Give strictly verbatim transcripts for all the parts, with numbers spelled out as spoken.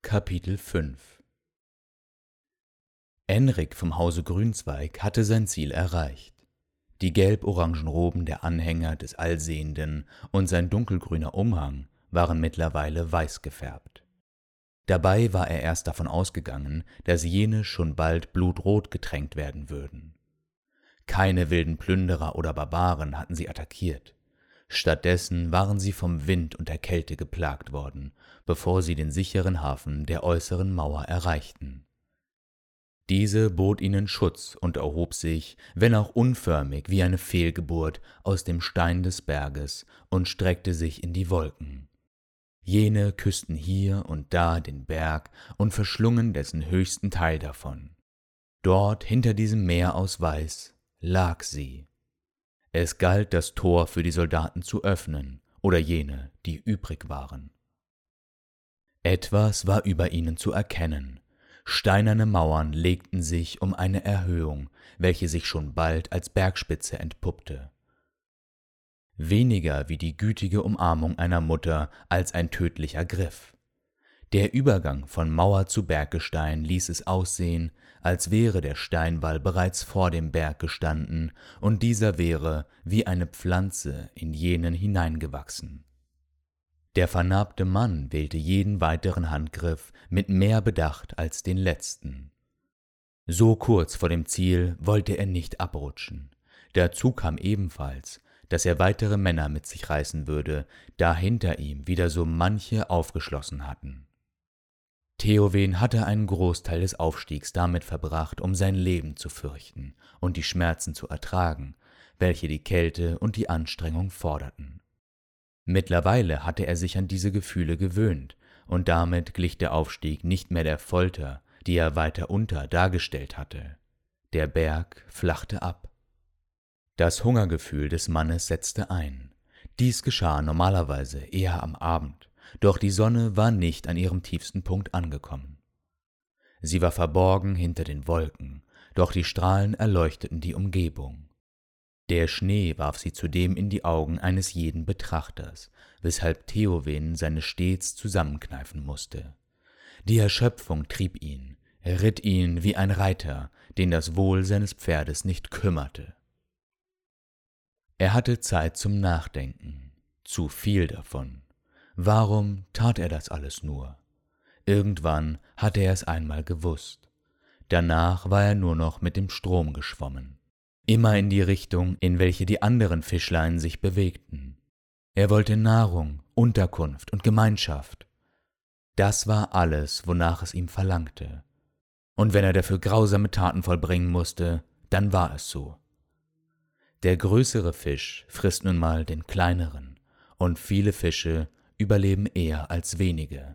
Kapitel fünf Enrik vom Hause Grünzweig hatte sein Ziel erreicht. Die gelb-orangen Roben der Anhänger des Allsehenden und sein dunkelgrüner Umhang waren mittlerweile weiß gefärbt. Dabei war er erst davon ausgegangen, dass jene schon bald blutrot getränkt werden würden. Keine wilden Plünderer oder Barbaren hatten sie attackiert. Stattdessen waren sie vom Wind und der Kälte geplagt worden, bevor sie den sicheren Hafen der äußeren Mauer erreichten. Diese bot ihnen Schutz und erhob sich, wenn auch unförmig wie eine Fehlgeburt, aus dem Stein des Berges und streckte sich in die Wolken. Jene küssten hier und da den Berg und verschlungen dessen höchsten Teil davon. Dort hinter diesem Meer aus Weiß lag sie. Es galt, das Tor für die Soldaten zu öffnen oder jene, die übrig waren. Etwas war über ihnen zu erkennen. Steinerne Mauern legten sich um eine Erhöhung, welche sich schon bald als Bergspitze entpuppte. Weniger wie die gütige Umarmung einer Mutter als ein tödlicher Griff. Der Übergang von Mauer zu Berggestein ließ es aussehen, als wäre der Steinwall bereits vor dem Berg gestanden und dieser wäre wie eine Pflanze in jenen hineingewachsen. Der vernarbte Mann wählte jeden weiteren Handgriff mit mehr Bedacht als den letzten. So kurz vor dem Ziel wollte er nicht abrutschen. Dazu kam ebenfalls, dass er weitere Männer mit sich reißen würde, da hinter ihm wieder so manche aufgeschlossen hatten. Theowen hatte einen Großteil des Aufstiegs damit verbracht, um sein Leben zu fürchten und die Schmerzen zu ertragen, welche die Kälte und die Anstrengung forderten. Mittlerweile hatte er sich an diese Gefühle gewöhnt, und damit glich der Aufstieg nicht mehr der Folter, die er weiter unter dargestellt hatte. Der Berg flachte ab. Das Hungergefühl des Mannes setzte ein. Dies geschah normalerweise eher am Abend, doch die Sonne war nicht an ihrem tiefsten Punkt angekommen. Sie war verborgen hinter den Wolken, doch die Strahlen erleuchteten die Umgebung. Der Schnee warf sie zudem in die Augen eines jeden Betrachters, weshalb Theowen seine stets zusammenkneifen musste. Die Erschöpfung trieb ihn, er ritt ihn wie ein Reiter, den das Wohl seines Pferdes nicht kümmerte. Er hatte Zeit zum Nachdenken, zu viel davon. Warum tat er das alles nur? Irgendwann hatte er es einmal gewusst. Danach war er nur noch mit dem Strom geschwommen. Immer in die Richtung, in welche die anderen Fischlein sich bewegten. Er wollte Nahrung, Unterkunft und Gemeinschaft. Das war alles, wonach es ihm verlangte. Und wenn er dafür grausame Taten vollbringen musste, dann war es so. Der größere Fisch frisst nun mal den kleineren, und viele Fische überleben eher als wenige.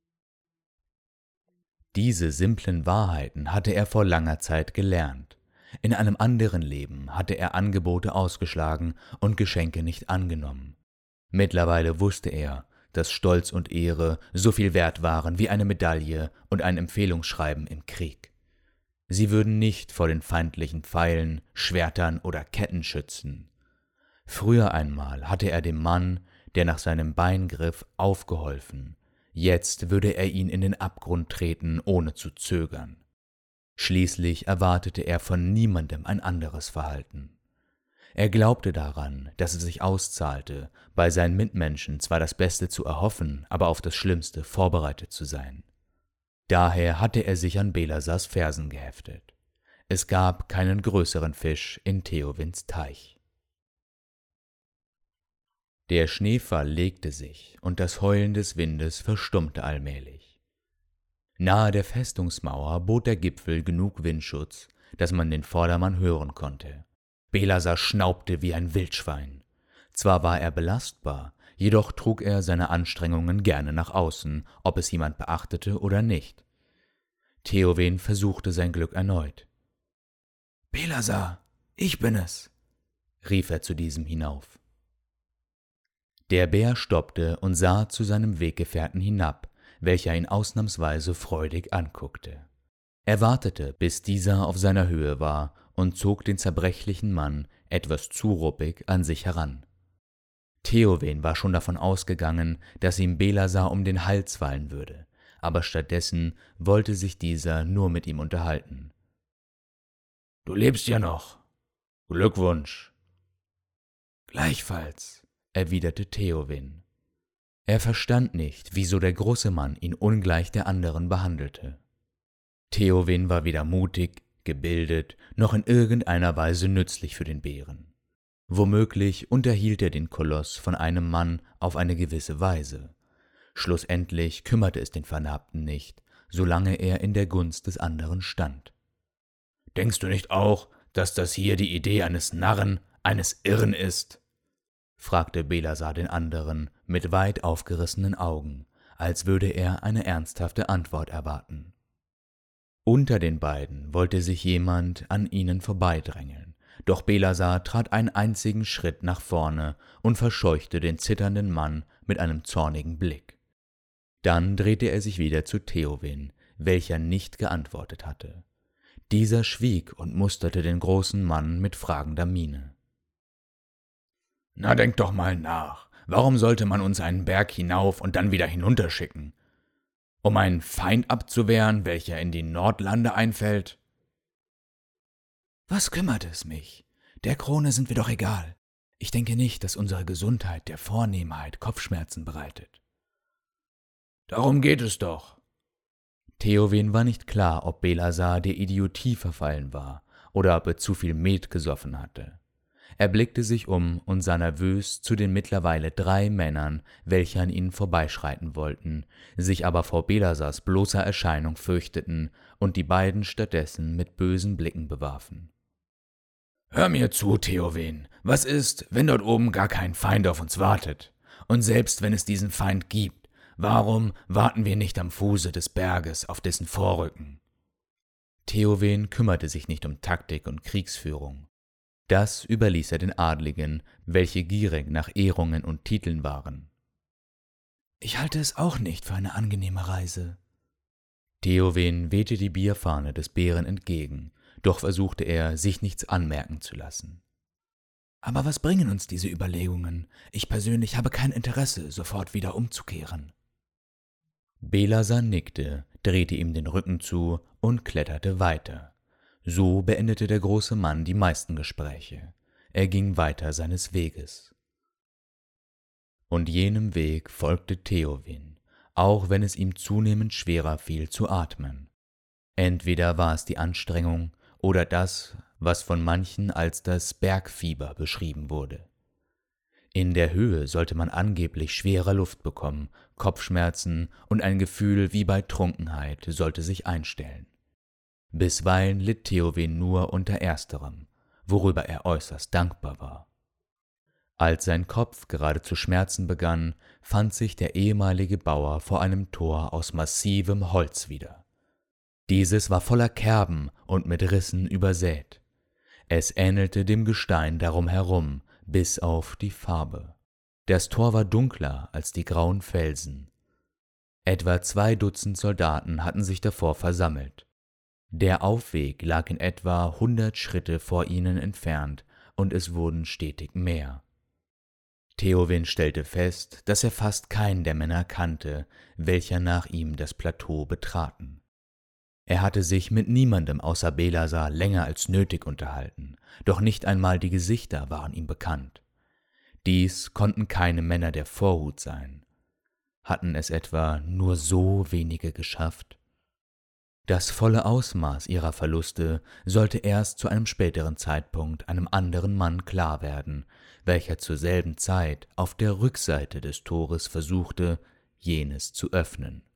Diese simplen Wahrheiten hatte er vor langer Zeit gelernt. In einem anderen Leben hatte er Angebote ausgeschlagen und Geschenke nicht angenommen. Mittlerweile wusste er, dass Stolz und Ehre so viel wert waren wie eine Medaille und ein Empfehlungsschreiben im Krieg. Sie würden nicht vor den feindlichen Pfeilen, Schwertern oder Ketten schützen. Früher einmal hatte er dem Mann, der nach seinem Bein griff, aufgeholfen. Jetzt würde er ihn in den Abgrund treten, ohne zu zögern. Schließlich erwartete er von niemandem ein anderes Verhalten. Er glaubte daran, dass es sich auszahlte, bei seinen Mitmenschen zwar das Beste zu erhoffen, aber auf das Schlimmste vorbereitet zu sein. Daher hatte er sich an Belasars Fersen geheftet. Es gab keinen größeren Fisch in Theowens Teich. Der Schneefall legte sich und das Heulen des Windes verstummte allmählich. Nahe der Festungsmauer bot der Gipfel genug Windschutz, dass man den Vordermann hören konnte. Belasar schnaubte wie ein Wildschwein. Zwar war er belastbar, jedoch trug er seine Anstrengungen gerne nach außen, ob es jemand beachtete oder nicht. Theowen versuchte sein Glück erneut. »Belasar, ich bin es«, rief er zu diesem hinauf. Der Bär stoppte und sah zu seinem Weggefährten hinab, welcher ihn ausnahmsweise freudig anguckte. Er wartete, bis dieser auf seiner Höhe war, und zog den zerbrechlichen Mann etwas zu ruppig an sich heran. Theowen war schon davon ausgegangen, dass ihm Belasar um den Hals fallen würde, aber stattdessen wollte sich dieser nur mit ihm unterhalten. »Du lebst ja noch. Glückwunsch.« »Gleichfalls«, erwiderte Theowin. Er verstand nicht, wieso der große Mann ihn ungleich der anderen behandelte. Theowin war weder mutig, gebildet, noch in irgendeiner Weise nützlich für den Bären. Womöglich unterhielt er den Koloss von einem Mann auf eine gewisse Weise. Schlussendlich kümmerte es den Vernarbten nicht, solange er in der Gunst des anderen stand. »Denkst du nicht auch, dass das hier die Idee eines Narren, eines Irren ist?« fragte Belasar den anderen mit weit aufgerissenen Augen, als würde er eine ernsthafte Antwort erwarten. Unter den beiden wollte sich jemand an ihnen vorbeidrängeln, doch Belasar trat einen einzigen Schritt nach vorne und verscheuchte den zitternden Mann mit einem zornigen Blick. Dann drehte er sich wieder zu Theowin, welcher nicht geantwortet hatte. Dieser schwieg und musterte den großen Mann mit fragender Miene. »Na, denk doch mal nach. Warum sollte man uns einen Berg hinauf und dann wieder hinunterschicken? Um einen Feind abzuwehren, welcher in die Nordlande einfällt?« »Was kümmert es mich? Der Krone sind wir doch egal. Ich denke nicht, dass unsere Gesundheit der Vornehmheit Kopfschmerzen bereitet.« »Darum geht es doch.« Theowin war nicht klar, ob Belasar der Idiotie verfallen war oder ob er zu viel Met gesoffen hatte. Er blickte sich um und sah nervös zu den mittlerweile drei Männern, welche an ihnen vorbeischreiten wollten, sich aber vor Belasars bloßer Erscheinung fürchteten und die beiden stattdessen mit bösen Blicken bewarfen. »Hör mir zu, Theowin, was ist, wenn dort oben gar kein Feind auf uns wartet? Und selbst wenn es diesen Feind gibt, warum warten wir nicht am Fuße des Berges auf dessen Vorrücken?« Theowin kümmerte sich nicht um Taktik und Kriegsführung. Das überließ er den Adligen, welche gierig nach Ehrungen und Titeln waren. »Ich halte es auch nicht für eine angenehme Reise.« Theowin wehte die Bierfahne des Bären entgegen, doch versuchte er, sich nichts anmerken zu lassen. »Aber was bringen uns diese Überlegungen? Ich persönlich habe kein Interesse, sofort wieder umzukehren.« Belasar nickte, drehte ihm den Rücken zu und kletterte weiter. So beendete der große Mann die meisten Gespräche. Er ging weiter seines Weges. Und jenem Weg folgte Theowin, auch wenn es ihm zunehmend schwerer fiel zu atmen. Entweder war es die Anstrengung oder das, was von manchen als das Bergfieber beschrieben wurde. In der Höhe sollte man angeblich schwerer Luft bekommen, Kopfschmerzen und ein Gefühl wie bei Trunkenheit sollte sich einstellen. Bisweilen litt Theowin nur unter ersterem, worüber er äußerst dankbar war. Als sein Kopf gerade zu schmerzen begann, fand sich der ehemalige Bauer vor einem Tor aus massivem Holz wieder. Dieses war voller Kerben und mit Rissen übersät. Es ähnelte dem Gestein darum herum, bis auf die Farbe. Das Tor war dunkler als die grauen Felsen. Etwa zwei Dutzend Soldaten hatten sich davor versammelt. Der Aufweg lag in etwa hundert Schritte vor ihnen entfernt, und es wurden stetig mehr. Theowin stellte fest, dass er fast keinen der Männer kannte, welcher nach ihm das Plateau betraten. Er hatte sich mit niemandem außer Belasar länger als nötig unterhalten, doch nicht einmal die Gesichter waren ihm bekannt. Dies konnten keine Männer der Vorhut sein. Hatten es etwa nur so wenige geschafft? Das volle Ausmaß ihrer Verluste sollte erst zu einem späteren Zeitpunkt einem anderen Mann klar werden, welcher zur selben Zeit auf der Rückseite des Tores versuchte, jenes zu öffnen.